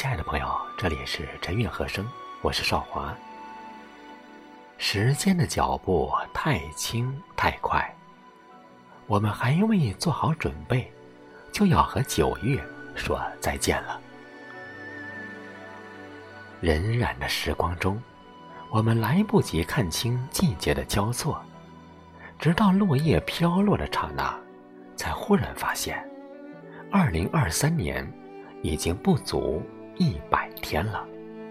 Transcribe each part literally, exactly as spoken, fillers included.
亲爱的朋友，这里是晨韵和声，我是少华。时间的脚步太轻太快，我们还未做好准备，就要和九月说再见了。荏苒的时光中，我们来不及看清季节的交错，直到落叶飘落的刹那，才忽然发现二零二三年已经不足一百天了。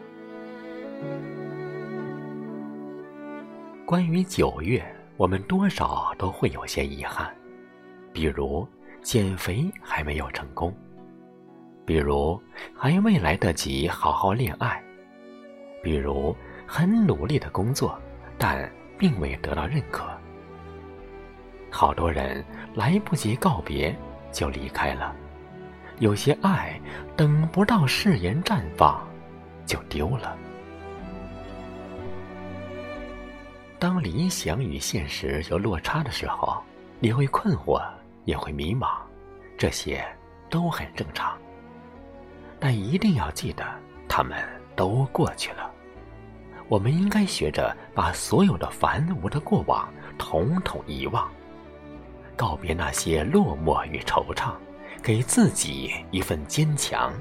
关于九月，我们多少都会有些遗憾，比如减肥还没有成功，比如还未来得及好好恋爱，比如很努力的工作，但并未得到认可。好多人来不及告别就离开了，有些爱等不到誓言绽放就丢了。当理想与现实有落差的时候，你会困惑，也会迷茫，这些都很正常。但一定要记得，他们都过去了。我们应该学着把所有的繁芜的过往统统遗忘，告别那些落寞与惆怅，给自己一份坚强。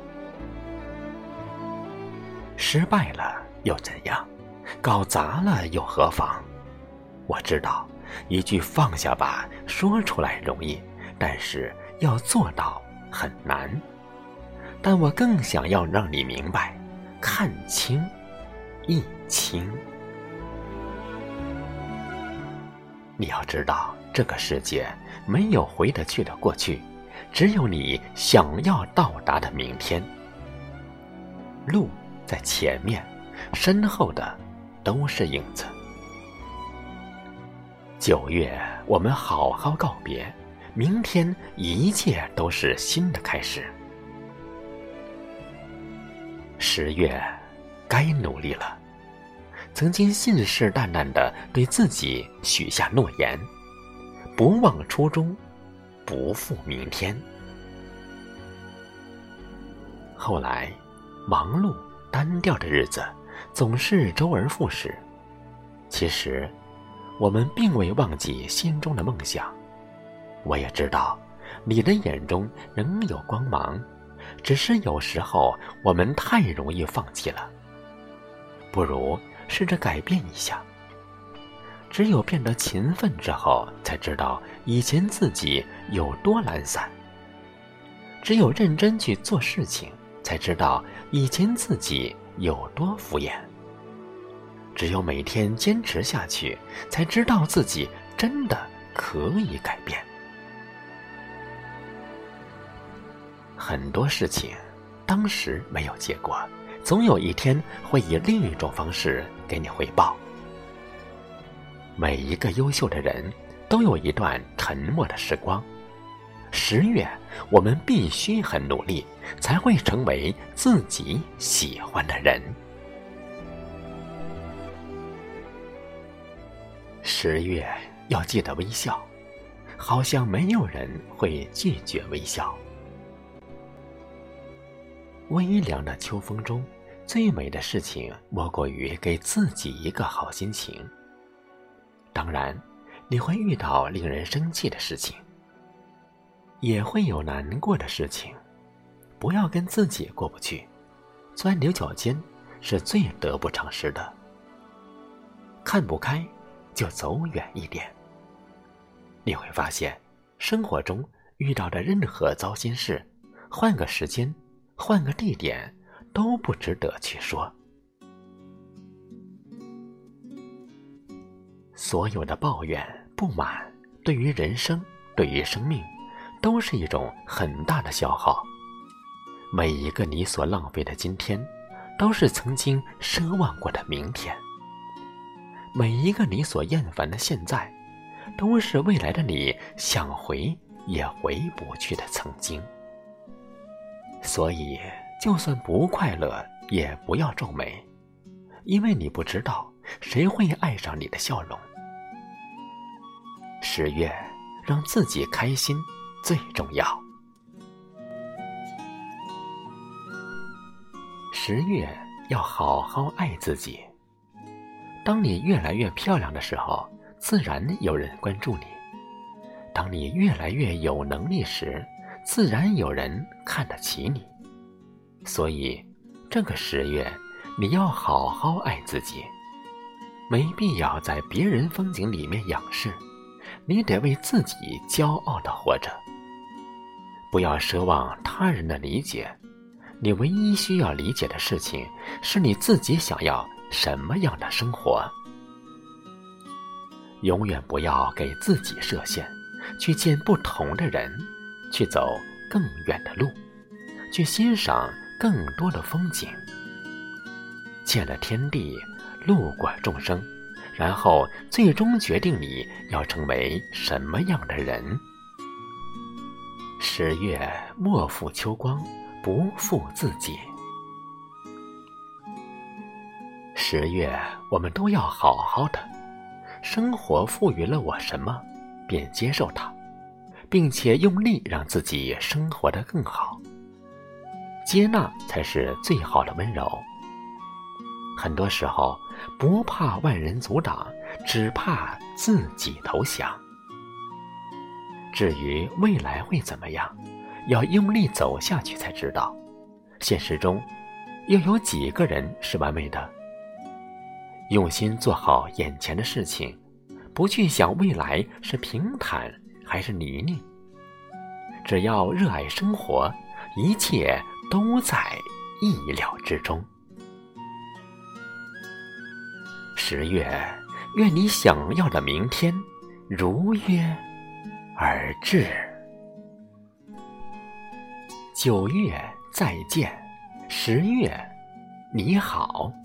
失败了又怎样？搞砸了又何妨？我知道，一句放下吧说出来容易，但是要做到很难。但我更想要让你明白，看清一清。你要知道，这个世界没有回得去的过去，只有你想要到达的明天。路在前面，身后的都是影子。九月，我们好好告别，明天一切都是新的开始。十月，该努力了。曾经信誓旦旦地对自己许下诺言，不忘初衷，不负明天。后来，忙碌单调的日子总是周而复始。其实，我们并未忘记心中的梦想。我也知道，你的眼中仍有光芒，只是有时候我们太容易放弃了。不如试着改变一下。只有变得勤奋之后，才知道以前自己有多懒散。只有认真去做事情，才知道以前自己有多敷衍。只有每天坚持下去，才知道自己真的可以改变。很多事情当时没有结果，总有一天会以另一种方式给你回报。每一个优秀的人都有一段沉默的时光。十月，我们必须很努力，才会成为自己喜欢的人。十月，要记得微笑，好像没有人会拒绝微笑。微凉的秋风中，最美的事情莫过于给自己一个好心情。当然，你会遇到令人生气的事情，也会有难过的事情，不要跟自己过不去，钻牛角尖是最得不偿失的。看不开就走远一点。你会发现，生活中遇到的任何糟心事，换个时间，换个地点，都不值得去说。所有的抱怨、不满，对于人生，对于生命，都是一种很大的消耗。每一个你所浪费的今天，都是曾经奢望过的明天。每一个你所厌烦的现在，都是未来的你想回也回不去的曾经。所以，就算不快乐，也不要皱眉，因为你不知道谁会爱上你的笑容。十月，让自己开心最重要。 十月要好好爱自己。当你越来越漂亮的时候，自然有人关注你；当你越来越有能力时，自然有人看得起你。所以这个十月你要好好爱自己，没必要在别人风景里面仰视，你得为自己骄傲地活着。不要奢望他人的理解，你唯一需要理解的事情是你自己想要什么样的生活。永远不要给自己设限，去见不同的人，去走更远的路，去欣赏更多的风景。见了天地，路过众生，然后最终决定你要成为什么样的人。十月莫负秋光，不负自己。十月我们都要好好的，生活赋予了我什么，便接受它，并且用力让自己生活得更好。接纳才是最好的温柔。很多时候不怕万人阻挡，只怕自己投降。至于未来会怎么样，要用力走下去才知道。现实中又有几个人是完美的？用心做好眼前的事情，不去想未来是平坦还是泥泞。只要热爱生活，一切都在意料之中。十月，愿你想要的明天如约而至。九月再见，十月你好。